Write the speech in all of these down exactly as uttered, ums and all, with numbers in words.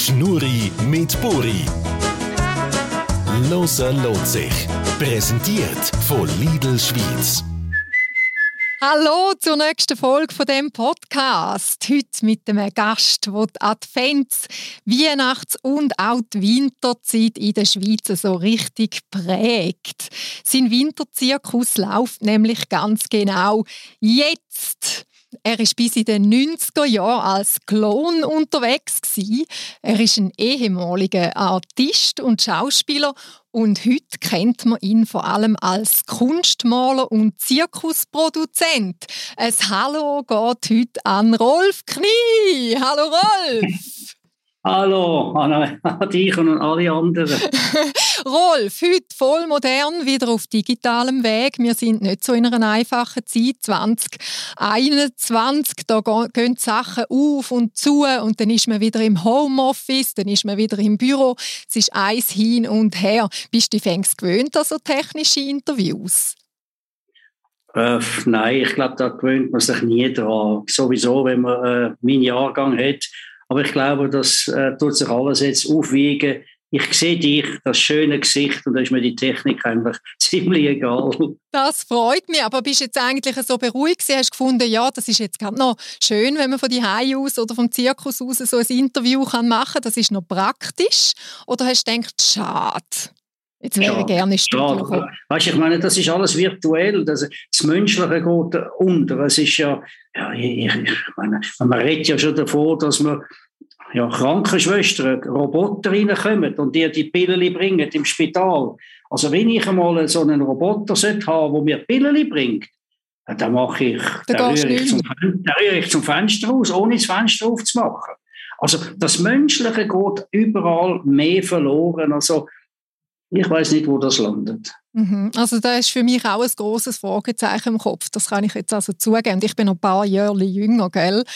Schnurri mit Buri. Hören lohnt sich. Präsentiert von Lidl Schweiz. Hallo zur nächsten Folge von dem Podcast. Heute mit einem Gast, der die Advents-, Weihnachts- und auch die Winterzeit in der Schweiz so richtig prägt. Sein Winterzirkus läuft nämlich ganz genau jetzt. Er war bis in den neunziger Jahren als Clown unterwegs. Er ist ein ehemaliger Artist und Schauspieler und heute kennt man ihn vor allem als Kunstmaler und Zirkusproduzent. Ein Hallo geht heute an Rolf Knie. Hallo Rolf! Hallo an, an dich und an alle anderen. Rolf, heute voll modern, wieder auf digitalem Weg. Wir sind nicht so in einer einfachen Zeit, zwanzig einundzwanzig. Da gehen die Sachen auf und zu und dann ist man wieder im Homeoffice, dann ist man wieder im Büro. Es ist eins hin und her. Bist du fängst gewöhnt an so technische Interviews? Äh, nein, ich glaube, da gewöhnt man sich nie dran. Sowieso, wenn man äh, meinen Jahrgang hat. Aber ich glaube, das äh, tut sich alles jetzt aufwiegen. Ich sehe dich, das schöne Gesicht, und da ist mir die Technik einfach ziemlich egal. Das freut mich, aber bist du jetzt eigentlich so beruhigt gewesen? Hast du gefunden, ja, das ist jetzt gerade noch schön, wenn man von die Hause aus oder vom Zirkus aus so ein Interview kann machen kann, das ist noch praktisch? Oder hast du gedacht, schade, jetzt wäre ich gerne ins Studio gekommen? Weißt du, ich meine, das ist alles virtuell, das, das Menschliche geht unter. Es ist ja, ja ich, ich meine, man redet ja schon davon, dass man ja, Krankenschwestern, Roboter reinkommen und dir die Pillen bringen im Spital. Also wenn ich einmal so einen Roboter haben, der mir Pillen bringt, dann mache ich, dann rühre ich, zum, dann rühre ich zum Fenster raus, ohne das Fenster aufzumachen. Also das Menschliche geht überall mehr verloren. Also ich weiss nicht, wo das landet. Mhm. Also da ist für mich auch ein grosses Fragezeichen im Kopf. Das kann ich jetzt also zugeben. Und ich bin noch ein paar Jahre jünger, gell?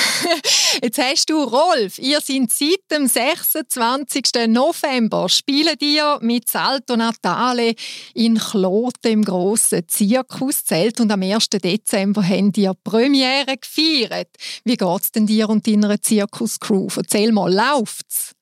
Jetzt hast du, Rolf, ihr seid seit dem sechsundzwanzigsten November spielen ihr mit Salto Natale in Kloten im grossen Zirkuszelt und am ersten Dezember haben ihr Premiere gefeiert. Wie geht's denn dir und deiner Zirkuscrew? Erzähl mal, läuft's?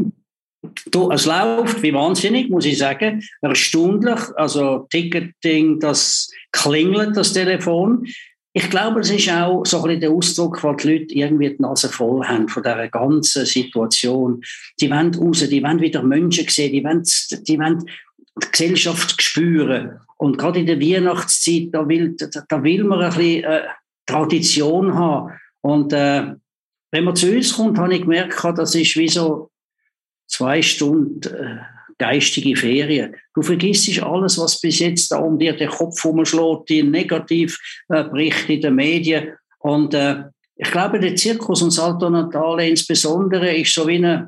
Du, es läuft wie wahnsinnig, muss ich sagen. Erstaunlich. Also Ticketing, das klingelt, das Telefon. Ich glaube, es ist auch so ein bisschen der Ausdruck, weil die Leute irgendwie die Nase voll haben von dieser ganzen Situation. Die wollen raus, die wollen wieder Menschen sehen, die wollen, die wollen die Gesellschaft spüren. Und gerade in der Weihnachtszeit, da will, da, da will man ein bisschen äh, Tradition haben. Und äh, wenn man zu uns kommt, habe ich gemerkt, das ist wie so zwei Stunden äh, geistige Ferien. Du vergisst alles, was bis jetzt da um dir den Kopf herumschlägt, die Negativberichte in den Medien. Und äh, ich glaube, der Zirkus und Salto Natale insbesondere ist so wie eine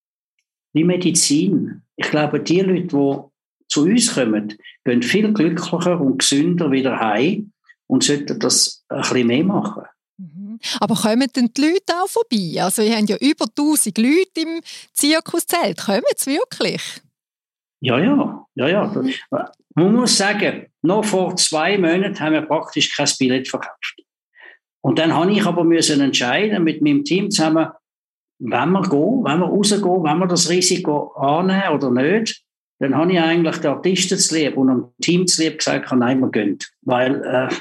wie Medizin. Ich glaube, die Leute, die zu uns kommen, gehen viel glücklicher und gesünder wieder heim und sollten das ein bisschen mehr machen. Aber kommen denn die Leute auch vorbei? Also, ihr habt ja über tausend Leute im Zirkuszelt. Kommen sie wirklich? Ja, ja. ja, ja. Mhm. Man muss sagen, noch vor zwei Monaten haben wir praktisch kein Billett verkauft. Und dann habe ich aber müssen entscheiden mit meinem Team zusammen, wenn wir gehen, wenn wir rausgehen, wenn wir das Risiko annehmen oder nicht. Dann habe ich eigentlich den Artisten zu lieb und dem Team zu lieb gesagt, nein, wir gehen. Weil äh,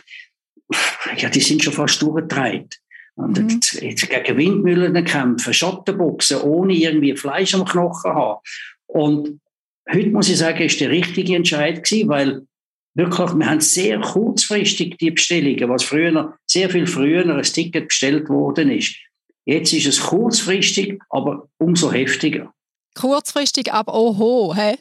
ja, die sind schon fast durchgetragen. Und mhm. jetzt, jetzt gegen Windmühlen kämpfen, Schattenboxen, ohne irgendwie Fleisch am Knochen haben. Und heute muss ich sagen, ist der richtige Entscheid gewesen, weil wirklich, wir haben sehr kurzfristig die Bestellungen, was früher, sehr viel früher ein Ticket bestellt worden ist. Jetzt ist es kurzfristig, aber umso heftiger. Kurzfristig, aber oho, hä?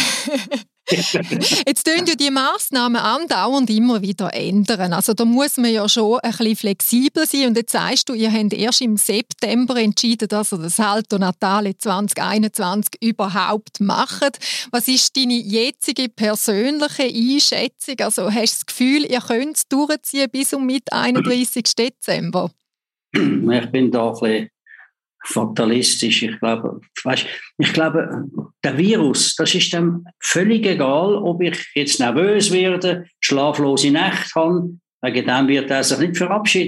Jetzt tun ja die Massnahmen andauernd immer wieder ändern. Also da muss man ja schon ein bisschen flexibel sein. Und jetzt sagst du, ihr habt erst im September entschieden, dass ihr das Salto Natale zwanzig einundzwanzig überhaupt macht. Was ist deine jetzige persönliche Einschätzung? Also hast du das Gefühl, ihr könnt es durchziehen bis um mit einunddreißigsten Dezember? Ich bin da ein bisschen fatalistisch. Ich glaube, weißt, ich glaube, der Virus, das ist dem völlig egal, ob ich jetzt nervös werde, schlaflose Nächte habe. Wegen dem wird er sich nicht verabschieden.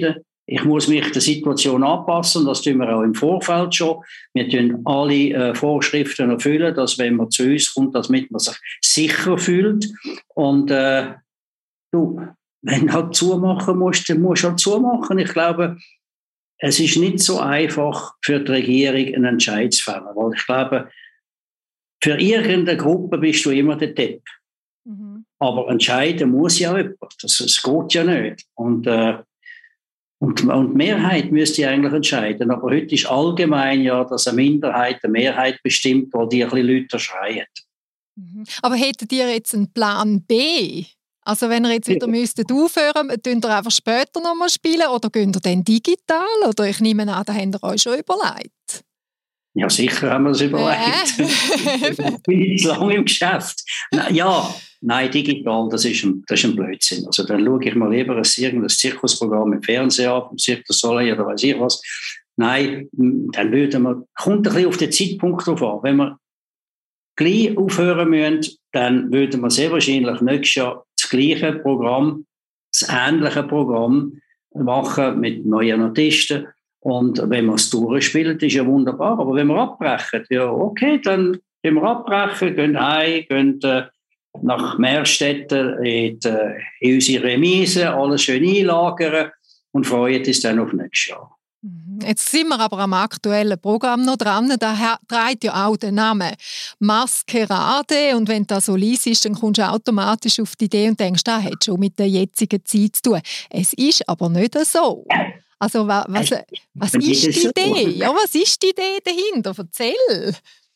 ich muss mich der Situation anpassen, das tun wir auch im Vorfeld schon. Wir tun alle äh, Vorschriften erfüllen, dass wenn man zu uns kommt, damit man sich sicher fühlt. Und äh, du, wenn du halt zumachen musst, dann musst du halt zumachen. Ich glaube, es ist nicht so einfach für die Regierung einen Entscheid zu fällen, weil ich glaube, für irgendeine Gruppe bist du immer der Depp. Mhm. Aber entscheiden muss ja jemand. Das, das geht ja nicht. Und, äh, und, und die Mehrheit müsste ja eigentlich entscheiden. Aber heute ist allgemein ja, dass eine Minderheit eine Mehrheit bestimmt, weil die ein bisschen Leute schreien. Mhm. Aber hättet ihr jetzt einen Plan B? Also wenn ihr jetzt wieder ja. müsstet aufhören, könnt ihr einfach später noch mal spielen oder könnt ihr dann digital? Oder ich nehme an, da habt ihr euch schon überlegt. Ja, sicher haben wir es überlegt. Äh. Ich bin nicht lange im Geschäft. Ja, nein, digital, das ist ein, das ist ein Blödsinn. Also dann schaue ich mal lieber ein, irgendein Zirkusprogramm im Fernsehen an, vom Cirque du Soleil oder weiß ich was. Nein, dann würde man, kommt ein bisschen auf den Zeitpunkt drauf an. Wenn wir gleich aufhören müssen, dann würde man sehr wahrscheinlich nächstes Jahr das gleiche Programm, das ähnliche Programm machen mit neuen Artisten. Und wenn wir es durchspielen, ist ja wunderbar. Aber wenn wir abbrechen, ja okay, dann gehen wir abbrechen, gehen heim, gehen äh, nach Meerstetten in, die, in unsere Remise, alles schön einlagern und freuen uns dann auf nächstes Jahr. Jetzt sind wir aber am aktuellen Programm noch dran. Da trägt ja auch den Namen Maskerade. Und wenn das so liest ist, dann kommst du automatisch auf die Idee und denkst, das hat schon mit der jetzigen Zeit zu tun. Es ist aber nicht so. Also was, was, was ist die Idee? Ja, was ist die Idee dahinter? Erzähl.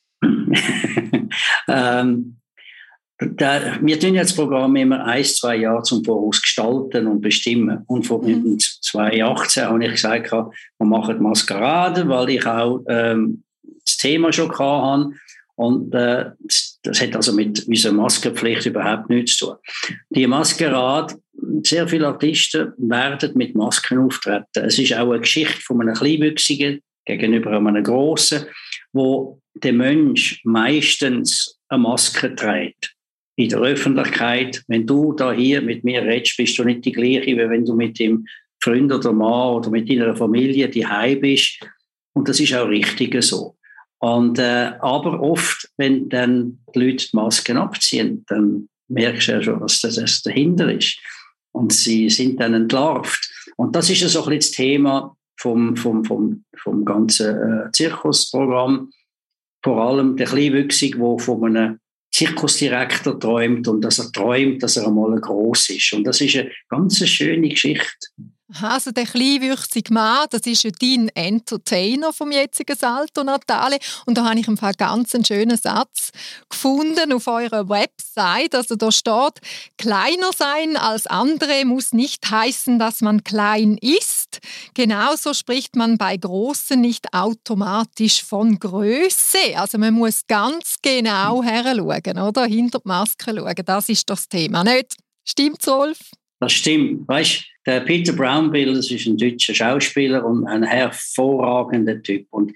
ähm, da, wir tun jetzt das Programm immer ein, zwei Jahre zum Voraus gestalten und bestimmen. Und vor mhm. zweitausendachtzehn habe ich gesagt, wir machen Maskerade, weil ich auch ähm, das Thema schon hatte. Und äh, das hat also mit unserer Maskenpflicht überhaupt nichts zu tun. Die Maskerade, sehr viele Artisten werden mit Masken auftreten. Es ist auch eine Geschichte von einem Kleinwüchsigen gegenüber einem Grossen, wo der Mensch meistens eine Maske trägt. In der Öffentlichkeit, wenn du da hier mit mir redest, bist du nicht die gleiche, wie wenn du mit dem Freund oder Mann oder mit deiner Familie daheim bist. Und das ist auch richtig so. Und, äh, aber oft, wenn dann die Leute die Masken abziehen, dann merkst du ja schon, was das, das dahinter ist. Und sie sind dann entlarvt. Und das ist ja so ein bisschen das Thema vom, vom, vom, vom ganzen äh, Zirkusprogramm. Vor allem der Kleinwüchsige, der von einem Zirkusdirektor träumt und dass er träumt, dass er einmal gross ist. Und das ist eine ganz schöne Geschichte. Also der kleinwüchsige Mann, das ist ja dein Entertainer vom jetzigen Salto Natale. Und da habe ich im Fall ganz einen schönen Satz gefunden auf eurer Website. Also da steht, kleiner sein als andere muss nicht heißen, dass man klein ist. Genauso spricht man bei Großen nicht automatisch von Größe. Also man muss ganz genau heranschauen, oder? Hinter die Maske schauen. Das ist das Thema, nicht? Stimmt's, Rolf? Das stimmt. Weißt du, der Peter Brownbill, das ist ein deutscher Schauspieler und ein hervorragender Typ. Und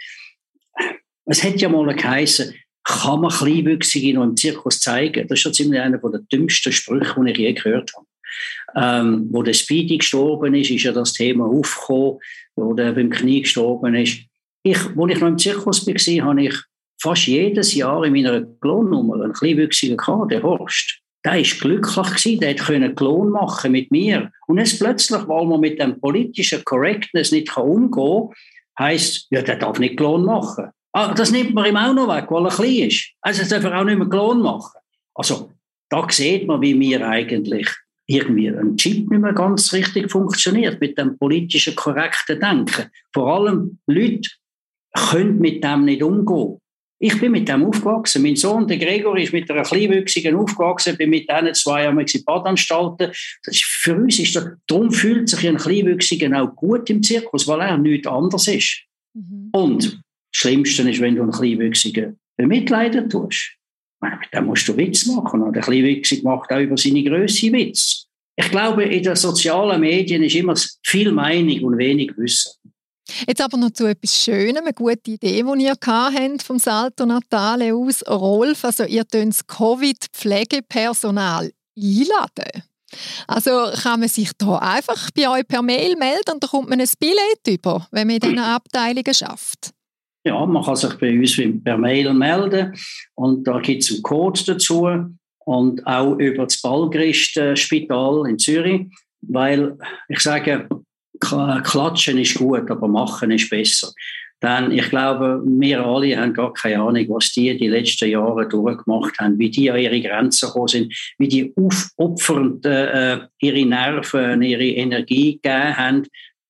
es hat ja mal geheißen, kann man Kleinwüchsige noch im Zirkus zeigen? Das ist schon ziemlich einer der dümmsten Sprüche, die ich je gehört habe. Ähm, wo der Speedy gestorben ist, ist ja das Thema aufgekommen, wo der beim Knie gestorben ist. Ich, als ich noch im Zirkus war, habe ich fast jedes Jahr in meiner Klonnummer einen Kleinwüchsigen gehabt, der Horst. Der war glücklich gewesen, der konnte Klon machen mit mir. Und jetzt plötzlich, weil man mit dem politischen Correctness nicht umgehen kann, heisst, ja, der darf nicht Klon machen. Ah, das nimmt man ihm auch noch weg, weil er klein ist. Also das darf er auch nicht mehr Klon machen. Also da sieht man, wie mir eigentlich irgendwie ein Chip nicht mehr ganz richtig funktioniert mit dem politischen korrekten Denken. Vor allem Leute können mit dem nicht umgehen. Ich bin mit dem aufgewachsen. Mein Sohn, der Gregor, ist mit einer Kleinwüchsigen aufgewachsen. Ich bin mit denen zwei Jahre in Badanstalten. Das ist, für uns ist das, darum fühlt sich ein Kleinwüchsiger auch gut im Zirkus, weil er nichts anderes ist. Mhm. Und das Schlimmste ist, wenn du einen Kleinwüchsigen bemitleiden tust. Mit dem musst du Witz machen. Und der Kleinwüchsige macht auch über seine Grösse Witz. Ich glaube, in den sozialen Medien ist immer viel Meinung und wenig Wissen. Jetzt aber noch zu etwas Schönem, eine gute Idee, die ihr habt vom Salto Natale aus. Rolf, also ihr könnt das Covid-Pflegepersonal einladen. Also kann man sich da einfach bei euch per Mail melden und dann kommt man ein Billett über, wenn man in diesen Abteilungen schafft? Ja, man kann sich bei uns per Mail melden und da gibt es einen Code dazu und auch über das Ballgerist-Spital in Zürich, weil ich sage, klatschen ist gut, aber machen ist besser. Denn ich glaube, wir alle haben gar keine Ahnung, was die die letzten Jahre durchgemacht haben, wie die an ihre Grenzen gekommen sind, wie die aufopfernd äh, ihre Nerven, ihre Energie gegeben haben,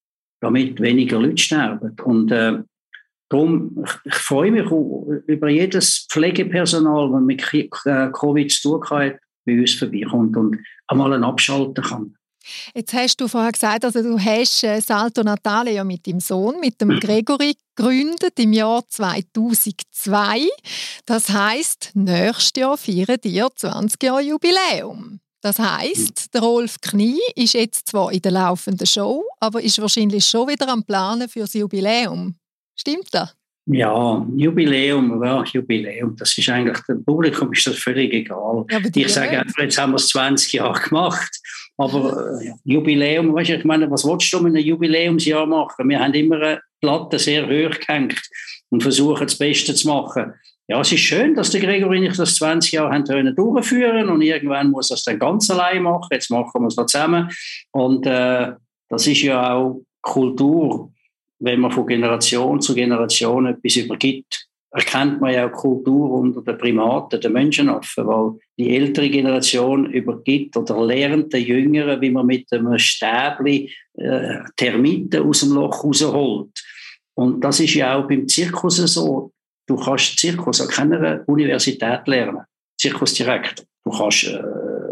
damit weniger Leute sterben. Und äh, darum, ich, ich freue mich über jedes Pflegepersonal, das mit Covid zu tun hat, bei uns vorbeikommt und einmal einen abschalten kann. Jetzt hast du vorher gesagt, also du hast Salto Natale ja mit deinem Sohn, mit dem Gregory, gegründet im Jahr zweitausendzwei. Das heisst, nächstes Jahr feiern ihr zwanzig Jahre Jubiläum. Das heisst, der Rolf Knie ist jetzt zwar in der laufenden Show, aber ist wahrscheinlich schon wieder am Planen für das Jubiläum. Stimmt das? Ja, Jubiläum, ja, Jubiläum, das ist eigentlich, dem Publikum ist das völlig egal. Ja, ich sage einfach, jetzt haben wir es zwanzig Jahre gemacht, aber äh, Jubiläum, weißt du, ich meine, was willst du mit einem Jubiläumsjahr machen? Wir haben immer eine Platte sehr hoch gehängt und versuchen, das Beste zu machen. Ja, es ist schön, dass der Gregory nicht das zwanzig Jahre haben können durchführen und irgendwann muss er es dann ganz allein machen, jetzt machen wir es noch zusammen und äh, das ist ja auch Kultur. Wenn man von Generation zu Generation etwas übergibt, erkennt man ja auch Kultur unter den Primaten, den Menschenaffen, weil die ältere Generation übergibt oder lernt den Jüngeren, wie man mit einem Stäbli äh, Termiten aus dem Loch rausholt. Und das ist ja auch beim Zirkus so. Du kannst Zirkus an keiner Universität lernen, Zirkusdirektor. Du kannst äh,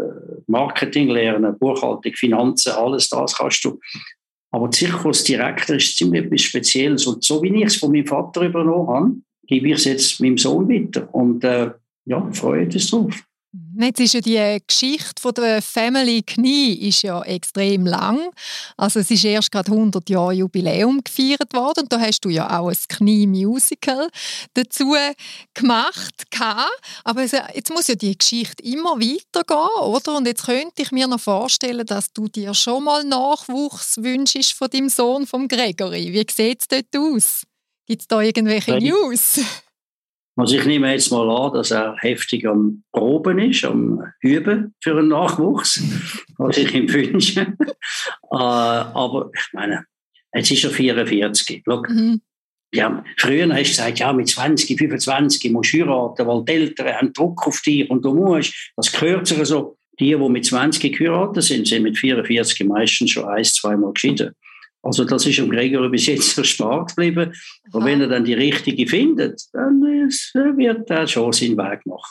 Marketing lernen, Buchhaltung, Finanzen, alles das kannst du. Aber Zirkusdirektor ist ziemlich etwas Spezielles. Und so wie ich es von meinem Vater übernommen habe, gebe ich es jetzt meinem Sohn weiter. Und äh, ja, freue mich drauf. Jetzt ist ja die Geschichte von der Family Knie ist ja extrem lang. Also es ist erst gerade hundert Jahre Jubiläum gefeiert worden und da hast du ja auch ein Knie-Musical dazu gemacht. Aber jetzt muss ja die Geschichte immer weitergehen, oder? Und jetzt könnte ich mir noch vorstellen, dass du dir schon mal Nachwuchs wünschst von deinem Sohn, vom Gregory. Wie sieht es dort aus? Gibt es da irgendwelche hey. News? Also ich nehme jetzt mal an, dass er heftig am Proben ist, am Üben für einen Nachwuchs, was ich ihm wünsche. äh, aber ich meine, jetzt ist er vierundvierzig. Schau, mhm. ja, früher hast du gesagt, ja, mit zwanzig, fünfundzwanzig musst du heiraten, weil die Eltern haben Druck auf dich und du musst. Das gehört sich so. Die, die mit zwanzig geheiratet sind, sind mit vierundvierzig meistens schon ein-, zweimal geschieden. Also das ist dem Gregor bis jetzt erspart geblieben. Und wenn er dann die richtige findet, dann wird er schon seinen Weg machen.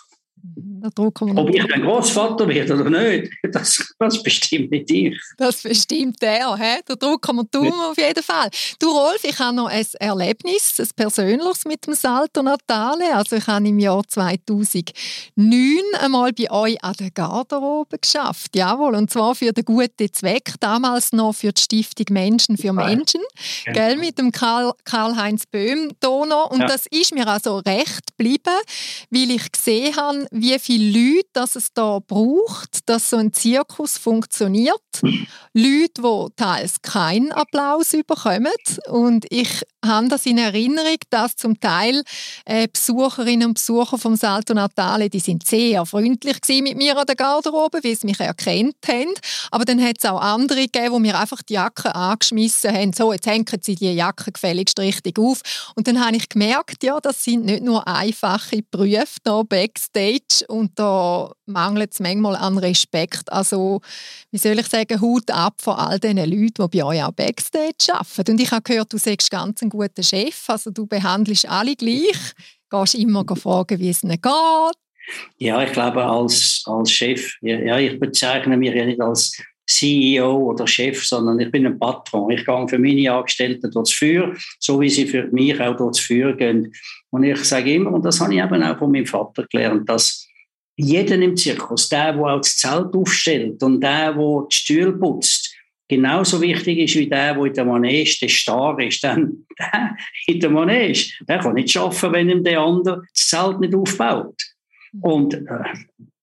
Ob ich ein Großvater werde oder nicht, das, das bestimmt nicht ich. Das bestimmt er. He? Den Druck kann man tun, auf jeden Fall. Du Rolf, ich habe noch ein Erlebnis, ein persönliches mit dem Salto Natale. Also ich habe im Jahr zweitausendneun einmal bei euch an der Garderobe geschafft. Jawohl, und zwar für den guten Zweck, damals noch für die Stiftung Menschen für Menschen, ja. Gell, mit dem Karl, Karl-Heinz Böhm da noch. Und ja. Das ist mir also recht geblieben, weil ich gesehen habe, wie viele Leute dass es da braucht, dass so ein Zirkus funktioniert. Leute, die teils keinen Applaus bekommen. Und ich habe das in Erinnerung, dass zum Teil äh, Besucherinnen und Besucher vom Salto Natale, die sind sehr freundlich gewesen mit mir an der Garderobe, weil sie mich erkannt haben. Aber dann hat es auch andere gegeben, die mir einfach die Jacke angeschmissen haben. So, jetzt hängen sie die Jacke gefälligst richtig auf. Und dann habe ich gemerkt, ja, das sind nicht nur einfache Berufe da backstage und da mangelt es manchmal an Respekt. Also, wie soll ich sagen, Hut ab von all diesen Leuten, die bei euch auch backstage arbeiten. Und ich habe gehört, du sagst ganz ein guter Chef, also du behandelst alle gleich, gehst immer fragen, wie es ihnen geht. Ja, ich glaube, als, als Chef, ja, ich bezeichne mich ja nicht als C E O oder Chef, sondern ich bin ein Patron. Ich gehe für meine Angestellten dort für, so wie sie für mich auch dort für gehen. Und ich sage immer, und das habe ich eben auch von meinem Vater gelernt, dass jeder im Zirkus, der, der auch das Zelt aufstellt und der, der die Stühle putzt, genauso wichtig ist wie der, der in der Manege der Star ist. Denn der in der Manege, der kann nicht arbeiten, wenn ihm der andere das Zelt nicht aufbaut. Und äh,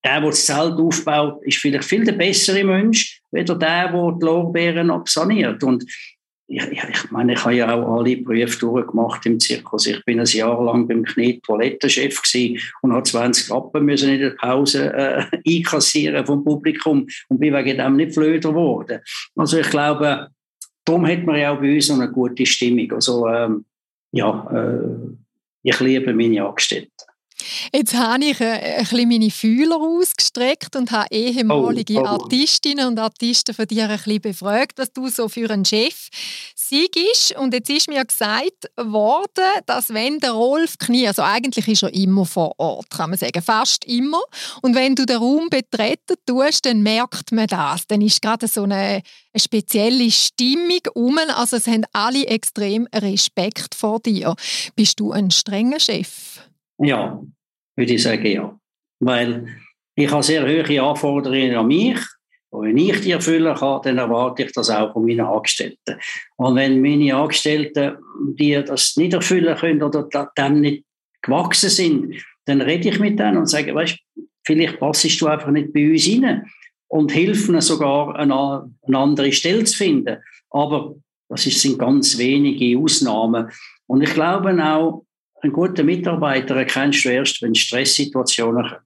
der, der das Zelt aufbaut, ist vielleicht viel der bessere Mensch, weder der, der die Lorbeeren absaniert. Und ich, ich meine, ich habe ja auch alle Berufe durchgemacht im Zirkus. Ich bin ein Jahr lang beim Knie Toilettenchef gewesen und habe zwanzig Rappen müssen in der Pause äh, einkassieren vom Publikum und bin wegen dem nicht flöter geworden. Also ich glaube, darum hat man ja auch bei uns so eine gute Stimmung. Also ähm, ja, äh, ich liebe meine Angestellten. Jetzt habe ich ein bisschen meine Fühler ausgestreckt und habe ehemalige oh, oh. Artistinnen und Artisten von dir ein bisschen befragt, was du so für einen Chef siehst. Und jetzt ist mir gesagt worden, dass wenn der Rolf Knie, also eigentlich ist er immer vor Ort, kann man sagen, fast immer. Und wenn du den Raum betreten tust, dann merkt man das. Dann ist gerade so eine, eine spezielle Stimmung rum. Also es haben alle extrem Respekt vor dir. Bist du ein strenger Chef? Ja, würde ich sagen, ja. Weil ich habe sehr hohe Anforderungen an mich. Und wenn ich die erfüllen kann, dann erwarte ich das auch von meinen Angestellten. Und wenn meine Angestellten die das nicht erfüllen können oder dann nicht gewachsen sind, dann rede ich mit denen und sage, weißt, vielleicht passest du einfach nicht bei uns rein und hilf ihnen sogar, eine, eine andere Stelle zu finden. Aber das sind ganz wenige Ausnahmen. Und ich glaube auch, ein guter Mitarbeiter erkennst du erst, wenn Stresssituationen kommen.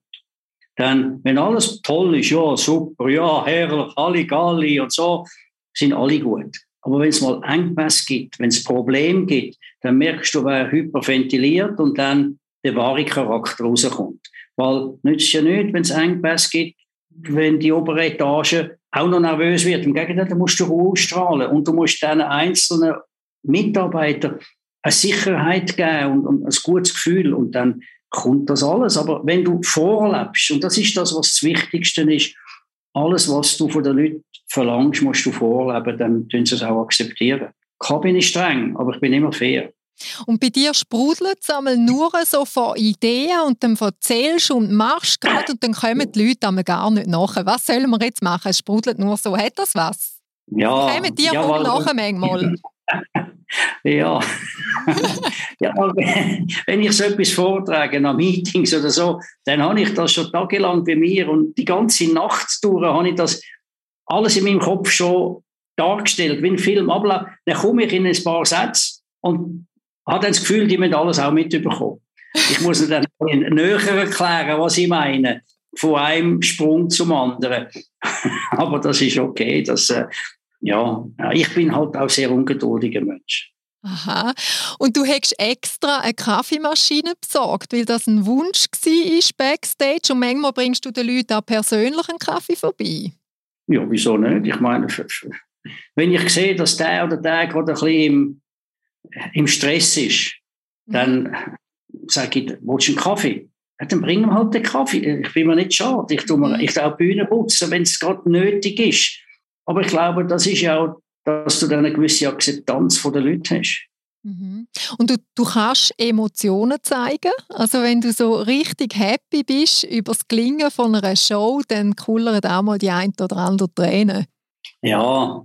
Denn wenn alles toll ist, ja, super, ja, herrlich, Halligalli und so, sind alle gut. Aber wenn es mal Engpässe gibt, wenn es Probleme gibt, dann merkst du, wer hyperventiliert und dann der wahre Charakter rauskommt. Weil nützt ja nicht, wenn es Engpässe gibt, wenn die obere Etage auch noch nervös wird. Im Gegenteil, dann musst du Ruhe ausstrahlen und du musst diesen einzelnen Mitarbeitern eine Sicherheit geben und, und ein gutes Gefühl und dann kommt das alles. Aber wenn du vorlebst, und das ist das, was das Wichtigste ist, alles, was du von den Leuten verlangst, musst du vorleben, dann tun sie es auch akzeptieren. Klar bin ich streng, aber ich bin immer fair. Und bei dir sprudelt es einmal nur so von Ideen und dann erzählst und machst gerade und dann kommen die Leute einmal gar nicht nach. Was sollen wir jetzt machen? Es sprudelt nur so. Hat das was? Ja. Kommen dir ja, auch nachher manchmal? Ja. Ja, wenn ich so etwas vortrage, an Meetings oder so, dann habe ich das schon tagelang bei mir und die ganze Nacht durch habe ich das alles in meinem Kopf schon dargestellt, wie ein Film abläuft. Dann komme ich in ein paar Sätze und habe dann das Gefühl, die müssen alles auch mitbekommen. Ich muss ihnen dann näher erklären, was ich meine, von einem Sprung zum anderen. Aber das ist okay, das... Äh, Ja, ich bin halt auch sehr ungeduldiger Mensch. Aha. Und du hast extra eine Kaffeemaschine besorgt, weil das ein Wunsch war backstage und manchmal bringst du den Leuten auch persönlich einen Kaffee vorbei. Ja, wieso nicht? Ich meine, wenn ich sehe, dass der oder der gerade ein bisschen im, im Stress ist, dann sage ich, willst du einen Kaffee? Ja, dann bring ihm halt den Kaffee. Ich bin mir nicht schade. Ich tue mir, ich tue auch die Bühne putzen, wenn es gerade nötig ist. Aber ich glaube, das ist ja auch, dass du dann eine gewisse Akzeptanz von den Leuten hast. Mhm. Und du, du kannst Emotionen zeigen. Also wenn du so richtig happy bist über das Gelingen von einer Show, dann kullern auch mal die ein oder andere Tränen. Ja,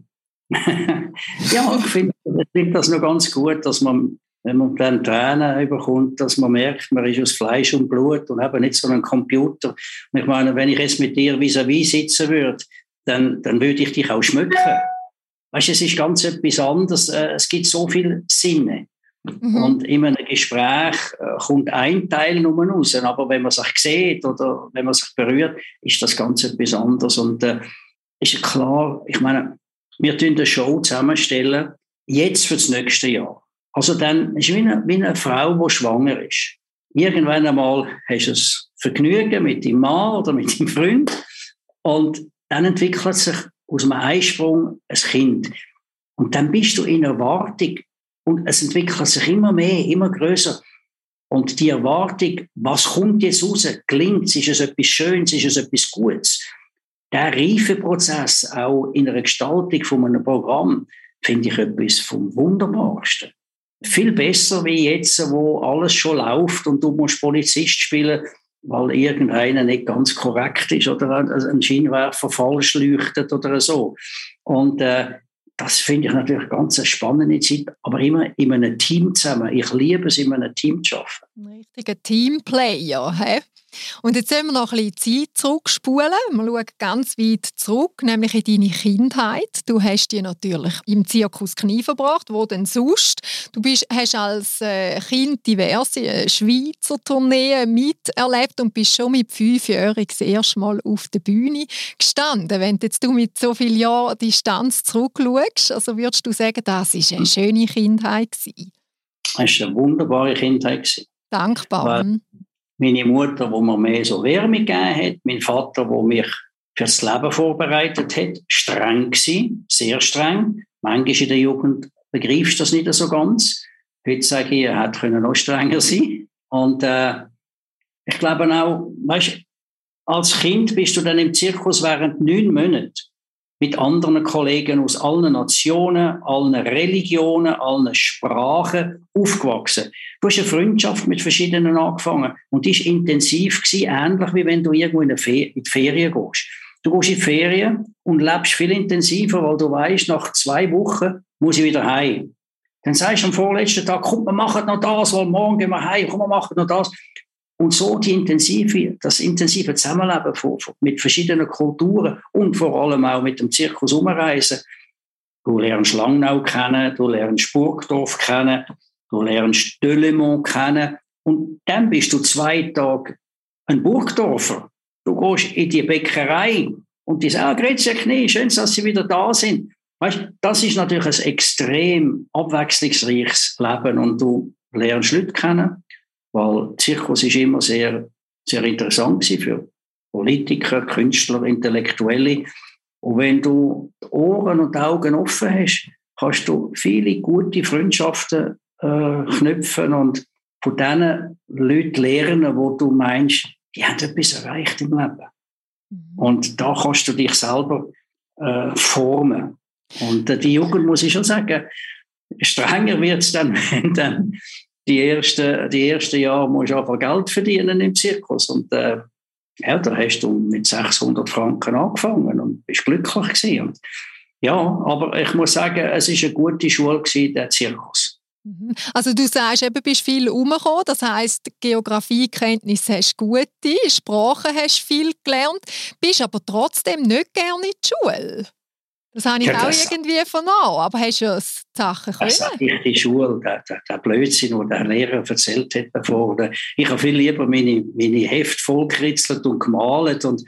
ja, ich finde find das noch ganz gut, dass man, wenn man dann Tränen bekommt, dass man merkt, man ist aus Fleisch und Blut und eben nicht so ein Computer. Und ich meine, wenn ich jetzt mit dir vis-à-vis sitzen würde, Dann, dann würde ich dich auch schmücken. Weißt du, es ist ganz etwas anderes. Es gibt so viele Sinne. Mhm. Und in einem Gespräch kommt ein Teil nur raus. Aber wenn man sich sieht oder wenn man sich berührt, ist das ganz etwas anderes. Und äh, ist klar, ich meine, wir tun eine Show zusammenstellen, jetzt für das nächste Jahr. Also dann ist es wie eine, wie eine Frau, die schwanger ist. Irgendwann einmal hast du das Vergnügen mit deinem Mann oder mit deinem Freund. Und dann entwickelt sich aus einem Eisprung ein Kind. Und dann bist du in Erwartung und es entwickelt sich immer mehr, immer größer. Und die Erwartung, was kommt jetzt raus? Gelingt es? Ist es etwas Schönes? Ist es etwas Gutes? Der Reifeprozess auch in einer Gestaltung von einem Programm finde ich etwas vom Wunderbarsten. Viel besser wie jetzt, wo alles schon läuft und du musst Polizist spielen, weil irgendeiner nicht ganz korrekt ist oder ein Scheinwerfer falsch leuchtet oder so. Und äh, das finde ich natürlich ganz eine spannende Zeit, aber immer in einem Team zusammen. Ich liebe es, in einem Team zu arbeiten. Ein richtiger Teamplayer. He? Und jetzt sollen wir noch ein bisschen Zeit zurückspulen. Wir schauen ganz weit zurück, nämlich in deine Kindheit. Du hast die natürlich im Zirkus Knie verbracht, wo denn sonst? Du bist, hast als äh, Kind diverse Schweizer Tourneen miterlebt und bist schon mit fünf Jahren das erste Mal auf der Bühne gestanden. Wenn jetzt du mit so vielen Jahren Distanz zurückschaust, also würdest du sagen, das war eine schöne Kindheit gewesen? Es war eine wunderbare Kindheit gewesen. Dankbar. Weil meine Mutter, die mir mehr so Wärme gegeben hat, mein Vater, der mich fürs Leben vorbereitet hat, streng gewesen, sehr streng. Manchmal in der Jugend begreifst du das nicht so ganz. Heute sage ich, er hätte noch strenger sein. Und äh, ich glaube auch, weißt, als Kind bist du dann im Zirkus während neun Monaten mit anderen Kollegen aus allen Nationen, allen Religionen, allen Sprachen aufgewachsen. Du hast eine Freundschaft mit verschiedenen angefangen und die war intensiv gewesen, ähnlich wie wenn du irgendwo in die Ferien gehst. Du gehst in die Ferien und lebst viel intensiver, weil du weißt, nach zwei Wochen muss ich wieder heim. Dann sagst du am vorletzten Tag, komm, wir machen noch das, weil morgen gehen wir heim, komm, wir machen noch das. Und so die intensive, das intensive Zusammenleben von, von, mit verschiedenen Kulturen und vor allem auch mit dem Zirkus umreisen. Du lernst Langnau kennen, du lernst Burgdorf kennen, du lernst Delemont kennen und dann bist du zwei Tage ein Burgdorfer. Du gehst in die Bäckerei und die sagen, ah, grüezi Knie, schön, dass Sie wieder da sind. Weißt, das ist natürlich ein extrem abwechslungsreiches Leben und du lernst Leute kennen. Weil Zirkus ist immer sehr, sehr interessant für Politiker, Künstler, Intellektuelle. Und wenn du die Ohren und die Augen offen hast, kannst du viele gute Freundschaften äh, knüpfen und von diesen Leuten lernen, wo du meinst, die haben etwas erreicht im Leben. Mhm. Und da kannst du dich selber äh, formen. Und äh, die Jugend, muss ich schon sagen, strenger wird es dann, wenn dann Die ersten, die ersten Jahre musst du einfach Geld verdienen im Zirkus. Und äh, ja, da hast du mit sechshundert Franken angefangen und bist glücklich gewesen. Und, ja, aber ich muss sagen, es war eine gute Schule gewesen, der Zirkus. Also du sagst, eben, bist viel rumgekommen, das heisst, Geografiekenntnisse hast du gute, Sprachen hast du viel gelernt, bist aber trotzdem nicht gerne in die Schule. Das habe ich ja, auch irgendwie vernommen, aber hast du ja Sachen können? Das ich die Schule, der, der, der Blödsinn, den der Lehrer erzählt hat davor. Ich habe viel lieber meine, meine Hefte vollgekritzelt und gemalt und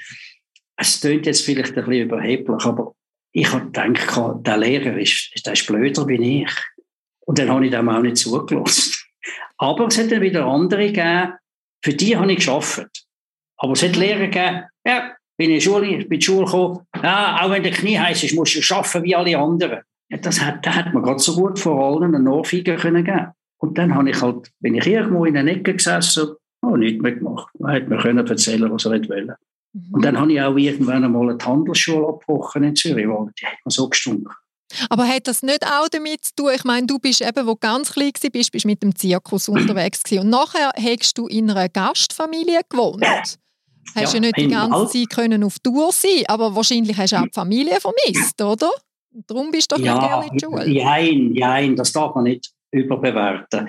es klingt jetzt vielleicht ein bisschen überheblich, aber ich habe gedacht, der Lehrer ist, der ist blöder wie ich. Und dann habe ich dem auch nicht zugelassen. Aber es hat dann wieder andere gegeben, für die habe ich gearbeitet. Aber es hat Lehrer gegeben, ja, bin in die Schule, bin in die Schule gekommen, ja, auch wenn der Knie heiß ist, musst du arbeiten wie alle anderen. Ja, das hat, das hat mir gerade so gut vor allen einen Ohrfeigen können geben. Und dann habe ich halt, bin ich irgendwo in der Ecke gesessen, oh, nichts mehr gemacht. Man hätte mir können erzählen, was er nicht wollte. Mhm. Und dann habe ich auch irgendwann einmal eine Handelsschule abgebrochen in Zürich, weil die hat mir so gestunken. Aber hat das nicht auch damit zu tun, ich meine, du bist eben, wo du ganz klein warst, bist, bist mit dem Zirkus unterwegs gewesen. Und nachher hast du in einer Gastfamilie gewohnt. Ja. Hast ja, ja nicht die ganze Alt- Zeit können auf Tour sein, aber wahrscheinlich hast du auch die Familie vermisst, oder? Und darum bist du doch ja, nicht gerne in die Schule. Nein, nein, das darf man nicht überbewerten.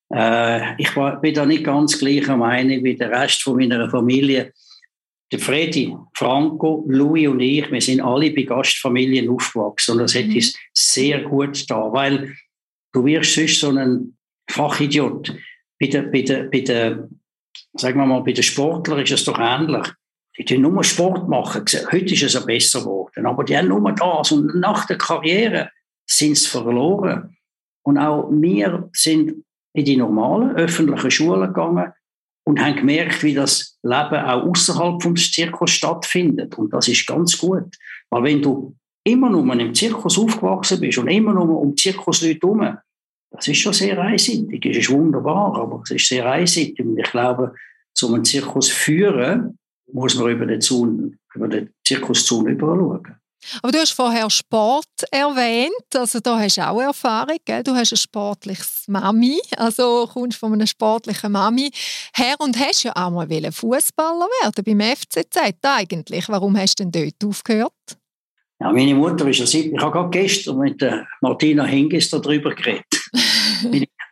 Äh, ich war, bin da nicht ganz gleicher Meinung wie der Rest von meiner Familie. Der Fredi, Franco, Louis und ich, wir sind alle bei Gastfamilien aufgewachsen und das hat mhm. uns sehr gut da, weil du wirst sonst so ein Fachidiot. Bei der, bei der, bei der, sagen wir mal, bei den Sportlern ist es doch ähnlich. Die tun nur Sport machen. Heute ist es ja besser geworden, aber die haben nur das und nach der Karriere sind sie verloren. Und auch wir sind in die normalen öffentlichen Schulen gegangen und haben gemerkt, wie das Leben auch außerhalb des Zirkus stattfindet. Und das ist ganz gut. Weil wenn du immer nur im Zirkus aufgewachsen bist und immer nur um Zirkusleute herum, das ist schon sehr einseitig. Es ist wunderbar, aber es ist sehr einseitig. Und ich glaube, um einen Zirkus zu führen, muss man über den, Zaun, über den Zirkuszaun überschauen. Aber du hast vorher Sport erwähnt, also da hast du auch Erfahrung, gell? Du hast ein sportliches Mami, also kommst von einer sportlichen Mami her und hast ja auch mal Fußballer werden beim F C Z eigentlich. Warum hast du denn dort aufgehört? Ja, meine Mutter ist ja seit, ich habe gerade gestern mit der Martina Hingis darüber geredet. meine,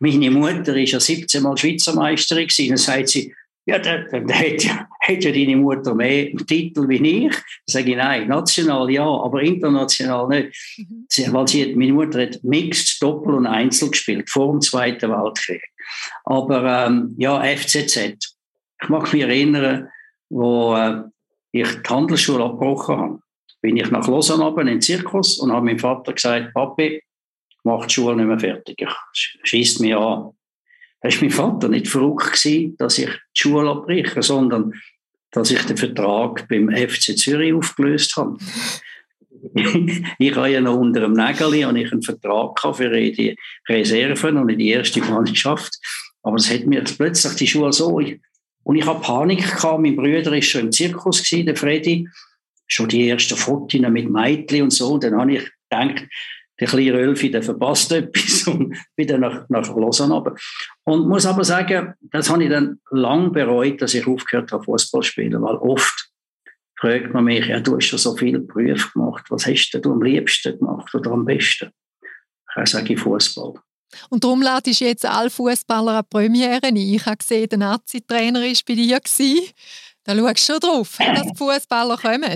meine Mutter ist ja siebzehn Mal Schweizer Meisterin gewesen. Dann sagt sie, ja, dann, dann hat, ja, hat ja deine Mutter mehr Titel wie ich. Dann sage ich, nein, national ja, aber international nicht. Mhm. Sie, weil sie, meine Mutter hat Mixed, Doppel und Einzel gespielt, vor dem Zweiten Weltkrieg. Aber ähm, ja, F C Z. Ich mag mich erinnern, wo äh, ich die Handelsschule abgebrochen habe. Bin ich nach Lausanne runter in den Zirkus und habe meinem Vater gesagt, Papi, mach die Schule nicht mehr fertig, schießt mich an. Da war mein Vater nicht verrückt gewesen, dass ich die Schule abbreche, sondern dass ich den Vertrag beim F C Zürich aufgelöst habe. Ich habe ja noch unter dem Nägel und ich einen Vertrag für die Reserven und in die erste Mannschaft. Aber es hat mir plötzlich die Schule so... Und ich hatte Panik gehabt. Mein Bruder war schon im Zirkus, der Freddy. Schon die ersten Fotos mit Mädchen und so. Und dann habe ich gedacht, der kleine Rölfi, der verpasst etwas und wieder nach, nach Lausanne runter. Und muss aber sagen, das habe ich dann lange bereut, dass ich aufgehört habe, Fußball zu spielen, weil oft fragt man mich, ja, du hast schon so viele Berufe gemacht, was hast du am liebsten gemacht oder am besten? Ich sage Fußball. Und darum ladest du jetzt alle Fußballer an die Premiere ein. Ich habe gesehen, der Nazi-Trainer war bei dir. Da schaust du schon drauf, dass die Fußballer kommen.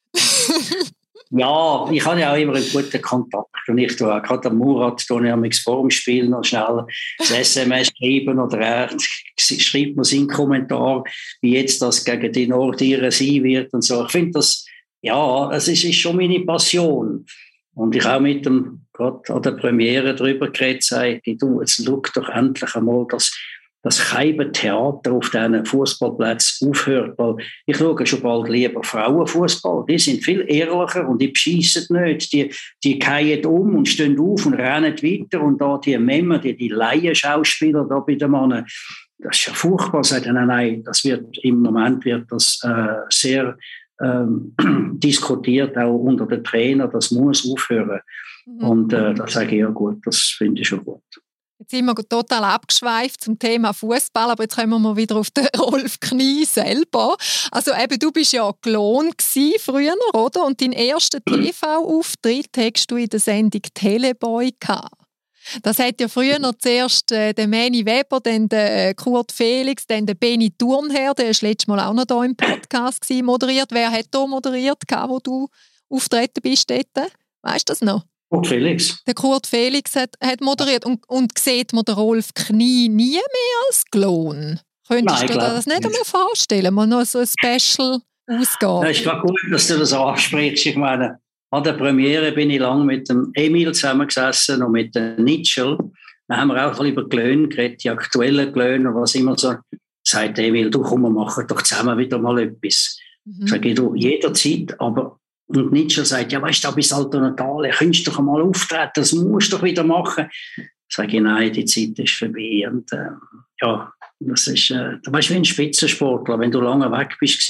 Ja, ich habe ja auch immer einen guten Kontakt. Und ich tue auch gerade am Murat vor dem Spiel noch schnell das S M S schreiben oder er schreibt mir seinen Kommentar, wie jetzt das gegen die Nordiren sein wird und so. Ich finde das, ja, es ist, ist schon meine Passion. Und ich auch mit dem, gerade an der Premiere darüber geredet, sage ich, du, jetzt schau doch endlich einmal, dass das kein Theater auf diesen Fußballplätzen aufhört. Weil ich schaue schon bald lieber Frauenfußball. Die sind viel ehrlicher und die beschissen nicht. Die, die fallen um und stehen auf und rennen weiter. Und da die Memmen, die, die Laienschauspieler da bei den Männern, das ist ja furchtbar. Sagen, nein, nein, das wird, im Moment wird das äh, sehr ähm, diskutiert, auch unter den Trainern. Das muss aufhören. Mhm. Und äh, da sage ich, ja gut, das finde ich schon gut. Jetzt sind wir total abgeschweift zum Thema Fußball, aber jetzt kommen wir mal wieder auf den Rolf Knie selber. Also eben, du bist ja Klon früher, oder? Und deinen ersten T V-Auftritt hattest du in der Sendung Teleboy gehabt. Das hat ja früher noch zuerst äh, der Manny Weber, dann der Kurt Felix, dann der Benny Thurnherr, der war letztes Mal auch noch hier im Podcast gewesen, moderiert. Wer hat da moderiert, wo du auftreten bist dort? Weißt du das noch? Kurt Felix. Der Kurt Felix hat, hat moderiert. Und, und sieht man den Rolf Knie nie mehr als Klon? Könntest Nein, du dir das nicht einmal vorstellen? Mal noch so eine Special-Ausgabe. Es ist gerade gut, dass du das ansprichst. Ich meine, an der Premiere bin ich lange mit dem Emil zusammengesessen und mit dem Nitschel. Da haben wir auch über Klöne geredet, die aktuellen Klöne, was immer so. Sagt Emil, du komm, wir machen doch zusammen wieder mal etwas. Mhm. Sag ich, du, jederzeit, aber und Nitschel sagt, ja, weißt du, da bist du Alto Natale, könntest du doch mal auftreten, das musst du doch wieder machen. Sag ich, nein, die Zeit ist vorbei. Und äh, ja, das ist, äh, du weißt, wie ein Spitzensportler, wenn du lange weg bist,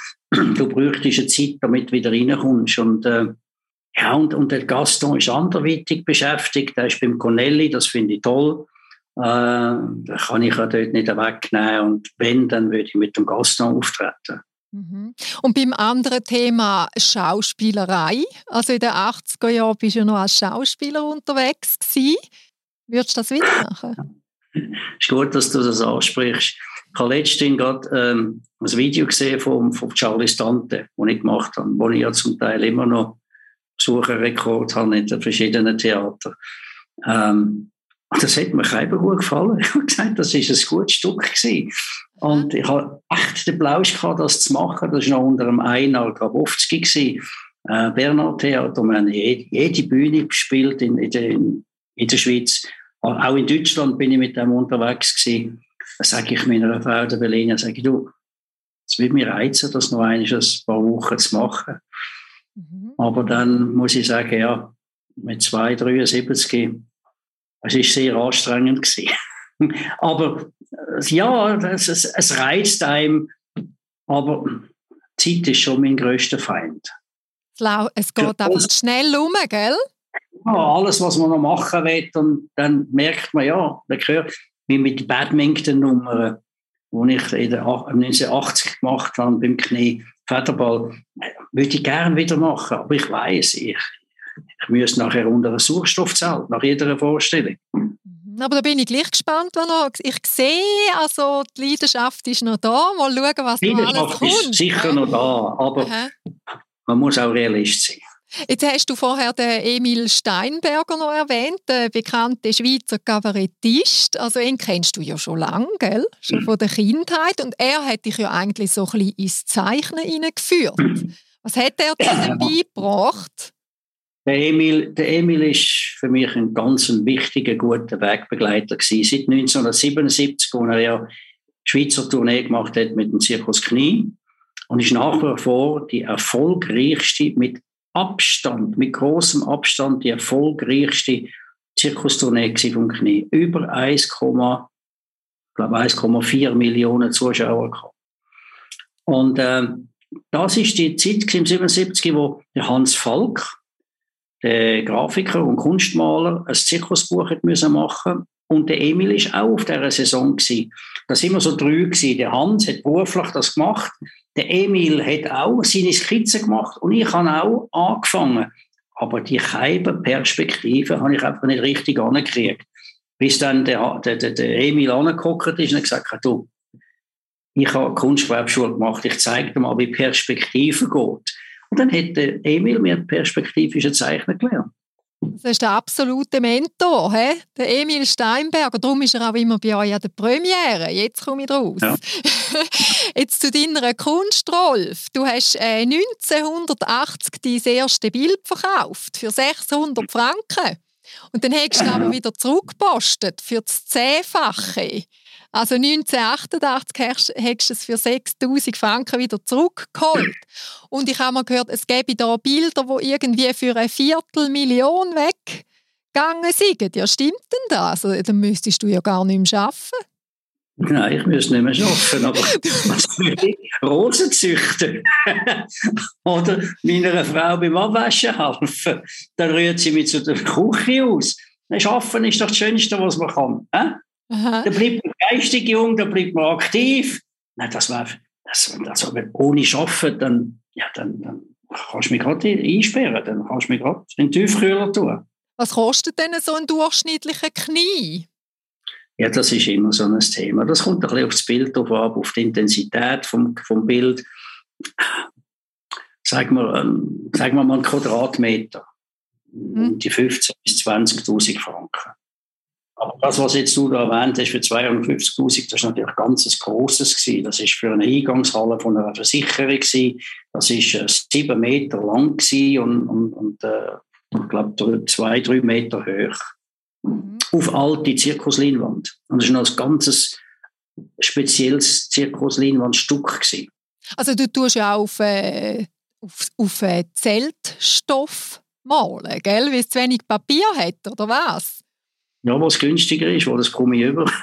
du bräuchtest eine Zeit, damit du wieder reinkommst. Und äh, ja, und, und der Gaston ist anderweitig beschäftigt, der ist beim Cornelli, das finde ich toll. Äh, da kann ich ja dort nicht wegnehmen. Und wenn, dann würde ich mit dem Gaston auftreten. Und beim anderen Thema Schauspielerei, also in den achtziger Jahren bist du ja noch als Schauspieler unterwegs gewesen. Würdest du das wieder machen? Es ist gut, dass du das ansprichst. Ich habe letztens gerade ähm, ein Video gesehen von, von Charlie Stante, das ich gemacht habe, wo ich ja zum Teil immer noch Besucherrekord habe in den verschiedenen Theatern. Ähm, das hat mir keinem gut gefallen. Ich habe gesagt, das war ein gutes Stück gewesen. Und ich hatte echt den Plausch gehabt, das zu machen. Das war noch unter dem Einar Grabowski, äh, Bernhard Theater. Wir haben jede, jede Bühne gespielt in, in, der, in der Schweiz. Auch in Deutschland bin ich mit dem unterwegs gewesen. Da sage ich meiner Frau, der Berliner, sage ich, du, es würde mich reizen, das noch ein paar Wochen zu machen. Mhm. Aber dann muss ich sagen, ja, mit zwei, dreiundsiebzig, es war sehr anstrengend gewesen. Aber ja, es, es, es reizt einem, aber Zeit ist schon mein grösster Feind. Es geht einfach schnell um, gell? Ja, alles, was man noch machen will, und dann merkt man, ja, wie mit den Badminton-Nummern, die ich in den neunzehnhundertachtzig gemacht habe beim Knie, Federball, würde ich gerne wieder machen, aber ich weiss, ich, ich müsste nachher unter ein Sauerstoffzelt, nach jeder Vorstellung. Aber da bin ich gleich gespannt, was noch. Ich sehe, also die Leidenschaft ist noch da. Mal schauen, was noch alles kommt. Ist sicher noch da, aber Aha. man muss auch realist sein. Jetzt hast du vorher den Emil Steinberger noch erwähnt, der bekannte Schweizer Kabarettist. Also ihn kennst du ja schon lange, gell? Schon mhm. von der Kindheit. Und er hat dich ja eigentlich so ein bisschen ins Zeichnen hineingeführt. Was hat er dir denn beigebracht? Der Emil, der Emil ist für mich ein ganz wichtiger, guter Wegbegleiter gewesen. Seit neunzehnhundertsiebenundsiebzig, als er ja Schweizer Tournee gemacht hat mit dem Zirkus Knie. Und ist nach wie vor die erfolgreichste, mit Abstand, mit großem Abstand, die erfolgreichste Zirkustournee vom Knie. Über eins, ich glaube eins Komma vier Millionen Zuschauer gehabt. Und äh, das ist die Zeit im siebenundsiebzig, wo der Hans Falk, der Grafiker und Kunstmaler, ein Zirkusbuch hat müssen machen. Und der Emil war auch auf dieser Saison gewesen. Das waren immer so drei gewesen. Der Hans hat beruflich das gemacht. Der Emil hat auch seine Skizzen gemacht. Und ich habe auch angefangen. Aber die Perspektive habe ich einfach nicht richtig angekriegt. Bis dann der, der, der Emil angeguckt ist und gesagt hat, du, ich habe Kunstgewerbeschule gemacht, ich zeige dir mal, wie Perspektive geht. Und dann hat der Emil mir perspektivische Zeichnen gelernt. Das ist der absolute Mentor, he? Der Emil Steinberger. Darum ist er auch immer bei euch an der Premiere. Jetzt komme ich raus. Ja. Jetzt zu deiner Kunst, Rolf. Du hast äh, neunzehnhundertachtzig dein erstes Bild verkauft für sechshundert Franken. Und dann hast du es aber wieder zurückgepostet für das Zehnfache. Also neunzehnhundertachtundachtzig hast du es für sechstausend Franken wieder zurückgeholt. Und ich habe mal gehört, es gäbe da Bilder, die irgendwie für eine Viertelmillion weggegangen sind. Ja, stimmt denn das? Also, dann müsstest du ja gar nicht mehr arbeiten. Nein, ich müsste nicht mehr arbeiten, aber was will ich? Rosen züchten oder meiner Frau beim Abwaschen helfen. Dann rührt sie mich zu der Küche aus. Arbeiten ist doch das Schönste, was man kann. Äh? Da bleibt man geistig jung, da bleibt man aktiv. Nein, das wäre, das, also, ohne Arbeiten, dann, ja, dann, dann kannst du mich gerade einsperren, dann kannst du mich gerade in den Tiefkühler tun. Was kostet denn so ein durchschnittlicher Knie? Ja, das ist immer so ein Thema. Das kommt ein bisschen auf das Bild drauf ab, auf die Intensität vom, vom Bild. Sagen wir, ähm, sagen wir mal einen Quadratmeter. Hm. Die fünfzehntausend bis zwanzigtausend Franken. Aber das, was jetzt du da erwähnt hast, für zweihundertfünfzigtausend, das war natürlich ganz ein grosses gewesen. Das war für eine Eingangshalle von einer Versicherung gewesen. Das war äh, sieben Meter lang gewesen und, und, und äh, ich glaube zwei, drei Meter hoch. Mhm. Auf alte Zirkusleinwand. Und das war noch ein ganzes spezielles Zirkusleinwandstück gewesen. Also du tust ja auch auf, äh, auf, auf äh, Zeltstoff malen, gell? Weil es zu wenig Papier hat, oder was? Ja, was günstiger ist, wo das komme ich über.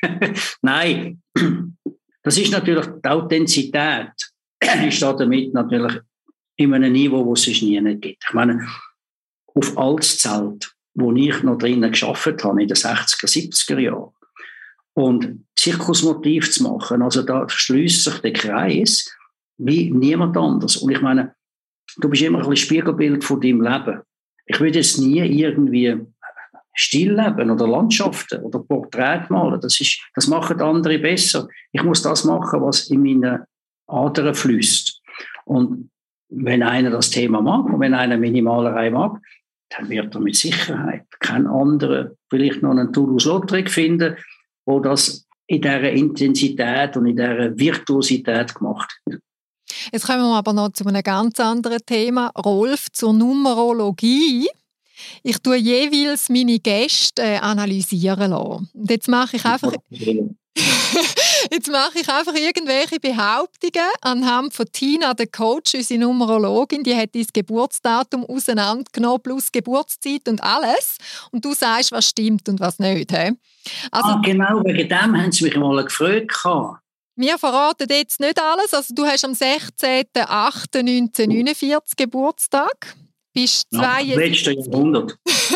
Nein, das ist natürlich die Authentizität. Ich stehe damit natürlich in einem Niveau, wo es sonst nie nicht gibt. Ich meine, auf altes Zelt, wo ich noch drinnen gearbeitet habe, in den sechziger, siebziger Jahren, und Zirkusmotiv zu machen, also da schließt sich der Kreis wie niemand anders. Und ich meine, du bist immer ein bisschen Spiegelbild von deinem Leben. Ich würde jetzt nie irgendwie Stillleben oder Landschaften oder Porträts malen. Das, ist, das machen andere besser. Ich muss das machen, was in meinen Adern fließt. Und wenn einer das Thema mag und wenn einer Minimalerei mag, dann wird er mit Sicherheit kein anderer, vielleicht noch einen Toulouse-Lautrec finden, wo das in dieser Intensität und in dieser Virtuosität gemacht wird. Jetzt kommen wir aber noch zu einem ganz anderen Thema. Rolf, zur Numerologie. Ich tue jeweils meine Gäste äh, analysieren lassen. Und jetzt mache ich einfach... Jetzt mache ich einfach irgendwelche Behauptungen anhand von Tina, der Coach, unsere Numerologin, die hat dein Geburtsdatum auseinandergenommen, plus Geburtszeit und alles. Und du sagst, was stimmt und was nicht. He? Also, ah, genau, wegen dem haben sie mich mal gefragt. Wir verraten jetzt nicht alles. Also, du hast am sechzehnten achten neunzehnhundertneunundvierzig Geburtstag. Bist ja, letztes Jahrhundert.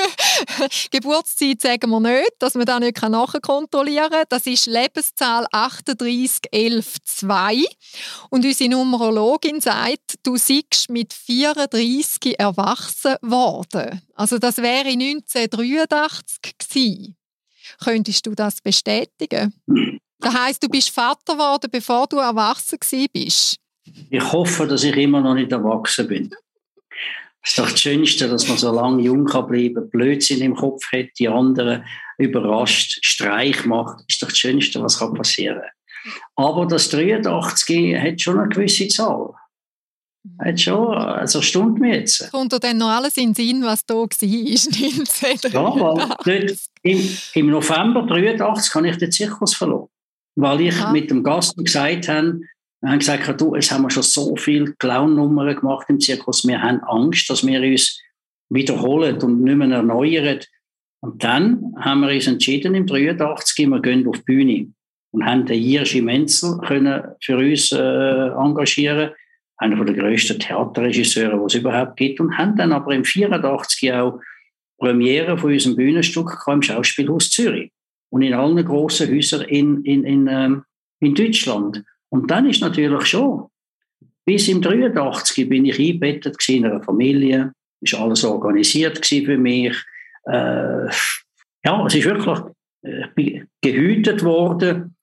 Geburtszeit sagen wir nicht, dass man das nicht nachkontrollieren kann. Das ist Lebenszahl achtunddreissig elf zwei. Und unsere Numerologin sagt, du seist mit vierunddreissig erwachsen worden. Also das wäre neunzehnhundertdreiundachtzig gewesen. Könntest du das bestätigen? Das heisst, du bist Vater geworden, bevor du erwachsen bist. Ich hoffe, dass ich immer noch nicht erwachsen bin. Das ist doch das Schönste, dass man so lange jung bleiben kann, Blödsinn im Kopf hat, die anderen überrascht, Streich macht. Das ist doch das Schönste, was passieren kann. Aber das dreiundachtzig hat schon eine gewisse Zahl. Hat schon, also erstaunt mich jetzt. Kommt dir dann noch alles in den Sinn, was da war, neunzehnhundertdreiundachtzig? Ja, weil dort im, im November dreiundachtzig habe ich den Zirkus verloren. Weil ich ja. mit dem Gast gesagt habe, wir haben gesagt, du, es haben wir schon so viele Clown-Nummern gemacht im Zirkus, wir haben Angst, dass wir uns wiederholen und nicht mehr erneuern. Und dann haben wir uns entschieden, im dreiundachtzig, wir gehen auf die Bühne und haben den Jirschi Menzel können für uns äh, engagieren, einer der grössten Theaterregisseure, die es überhaupt gibt, und haben dann aber im vierundachtzig auch Premiere von unserem Bühnenstück im Schauspielhaus Zürich und in allen grossen Häusern in, in, in, ähm, in Deutschland. Und dann ist natürlich schon, bis im dreiundachtzig bin ich eingebettet in einer Familie, ist alles organisiert für mich. Äh, ja, es ist wirklich äh, gehütet worden,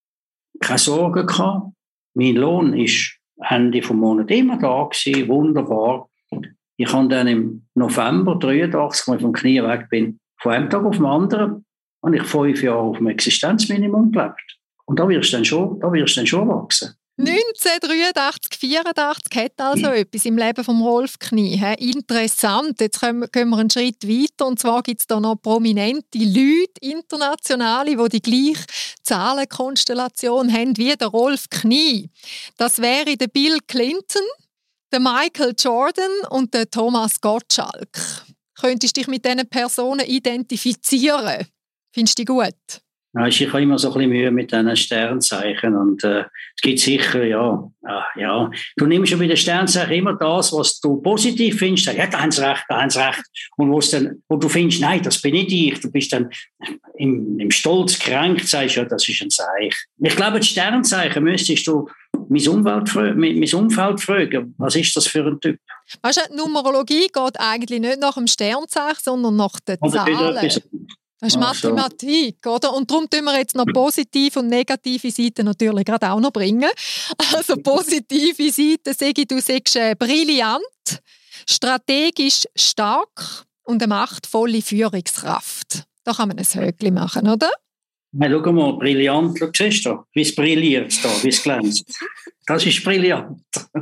keine Sorgen gehabt. Mein Lohn ist Ende vom Monat immer da gewesen, wunderbar. Ich habe dann im November dreiundachtzig, als ich vom Knie weg bin, von einem Tag auf den anderen, habe ich fünf Jahre auf dem Existenzminimum gelebt. Und da wirst du dann schon, da wirst du dann schon wachsen. neunzehnhundertdreiundachtzig, vierundachtzig hat also mhm. etwas im Leben von Rolf Knie. He? Interessant. Jetzt können, gehen wir einen Schritt weiter. Und zwar gibt es da noch prominente Leute, internationale, die die gleiche Zahlenkonstellation haben wie der Rolf Knie. Das wäre der Bill Clinton, der Michael Jordan und der Thomas Gottschalk. Könntest du dich mit diesen Personen identifizieren? Findest du die gut? Ich habe immer so ein bisschen Mühe mit diesen Sternzeichen und äh, es gibt sicher, ja, äh, ja, du nimmst ja bei den Sternzeichen immer das, was du positiv findest, sagst, ja, da haben sie recht, da haben sie recht, und wo, dann, wo du findest, nein, das bin nicht ich, du bist dann im, im Stolz kränkt, sagst, ja, das ist ein Zeichen. Ich glaube, die Sternzeichen müsstest du mein Umfeld, mein Umfeld fragen, was ist das für ein Typ? Weißt du, die Numerologie geht eigentlich nicht nach dem Sternzeichen, sondern nach den Zahlen. Das ist Mathematik, so. Oder? Und darum tun wir jetzt noch positive und negative Seiten natürlich gerade auch noch bringen. Also positive Seiten, sage ich, du sagst äh, brillant, strategisch stark und eine machtvolle Führungskraft. Da kann man ein Höckli machen, oder? Hey, schau mal, brillant, schau, siehst du, wie es brilliert da, wie es glänzt. Das ist brillant.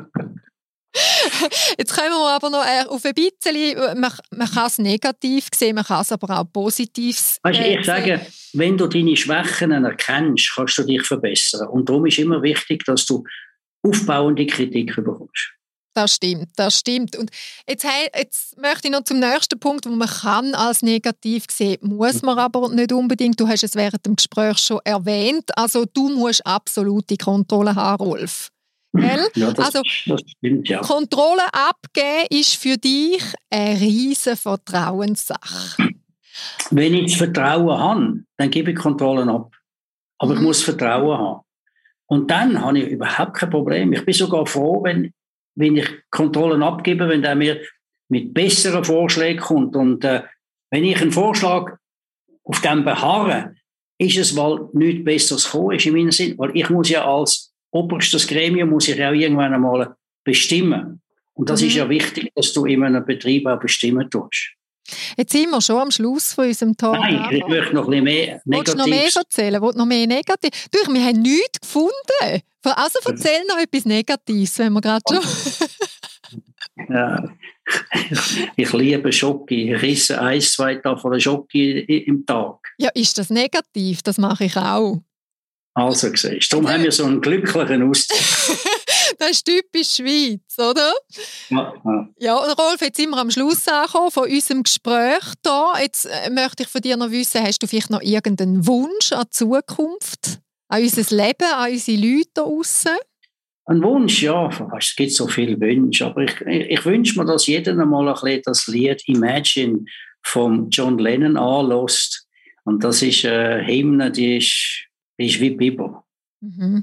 Jetzt kommen wir aber noch äh, auf ein bisschen, man, man kann es negativ sehen, man kann es aber auch positiv sehen. Weißt, ich sage, wenn du deine Schwächen erkennst, kannst du dich verbessern. Und darum ist immer wichtig, dass du aufbauende Kritik bekommst. Das stimmt, das stimmt. Und jetzt, jetzt möchte ich noch zum nächsten Punkt, wo man kann als negativ sehen, muss man aber nicht unbedingt. Du hast es während dem Gespräch schon erwähnt. Also du musst absolute Kontrolle haben, Rolf. Gell? Ja, das, also, das stimmt, ja. Kontrolle abgeben ist für dich eine riesige Vertrauenssache. Wenn ich das Vertrauen habe, dann gebe ich Kontrollen ab. Aber mhm. ich muss Vertrauen haben. Und dann habe ich überhaupt kein Problem. Ich bin sogar froh, wenn, wenn ich Kontrollen abgebe, wenn der mir mit besseren Vorschlägen kommt. Und äh, wenn ich einen Vorschlag auf dem beharre, ist es, weil nichts Besseres gekommen ist in meinem Sinn. Weil ich muss ja als oberstes Gremium muss ich auch irgendwann einmal bestimmen. Und das mhm. ist ja wichtig, dass du in einem Betrieb auch bestimmen tust. Jetzt sind wir schon am Schluss von unserem Tag. Nein, ich möchte noch ein bisschen mehr Negatives. Willst du noch mehr erzählen? Willst du noch mehr Negatives? Du, wir haben nichts gefunden. Also erzähl noch etwas Negatives, wenn wir gerade schon... Ja, ich liebe Schoki. Ich esse ein, zwei Tafeln Schoki im Tag. Ja, ist das negativ? Das mache ich auch. Also siehst du, darum haben wir so einen glücklichen Ausdruck. Das ist typisch Schweiz, oder? Ja, ja. Ja, Rolf, jetzt sind wir am Schluss angekommen von unserem Gespräch hier. Jetzt äh, möchte ich von dir noch wissen, hast du vielleicht noch irgendeinen Wunsch an die Zukunft, an unser Leben, an unsere Leute da draussen? Ein Wunsch, ja, es gibt so viele Wünsche, aber ich, ich, ich wünsche mir, dass jeder einmal ein bisschen das Lied «Imagine» von John Lennon anlässt. Und das ist eine Hymne, die ist, die ist wie die Bibel. Mhm.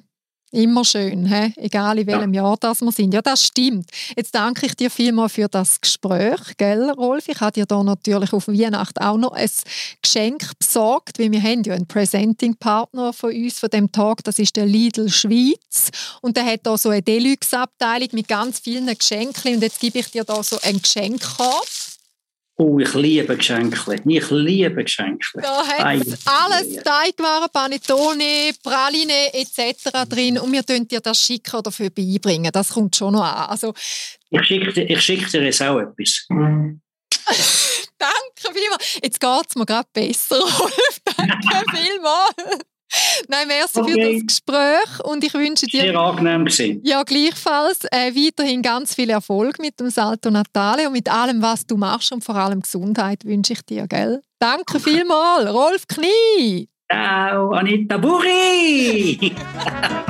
Immer schön, he? Egal in welchem ja. Jahr das wir sind. Ja, das stimmt. Jetzt danke ich dir vielmals für das Gespräch, gell, Rolf? Ich habe dir da natürlich auf Weihnachten auch noch ein Geschenk besorgt, weil wir haben ja einen Presenting-Partner von uns, von dem Tag, das ist der Lidl Schweiz. Und der hat da so eine Deluxe-Abteilung mit ganz vielen Geschenken. Und jetzt gebe ich dir da so ein Geschenkkorb. Oh, ich liebe Geschenke. Ich liebe Geschenke. Da hat alles Teigwaren, Panettone, Praline et cetera drin und wir schicken dir das schicken oder für beibringen. Das kommt schon noch an. Also, ich schicke dir, ich schick dir jetzt auch etwas. Danke vielmals. Jetzt geht es mir gerade besser, Rolf. Danke vielmals. Nein, merci okay. für das Gespräch und ich wünsche dir... Sehr angenehm gewesen. Ja, gleichfalls äh, weiterhin ganz viel Erfolg mit dem Salto Natale und mit allem, was du machst und vor allem Gesundheit wünsche ich dir, gell? Danke okay. vielmals, Rolf Knie. Ciao, Anita Buri.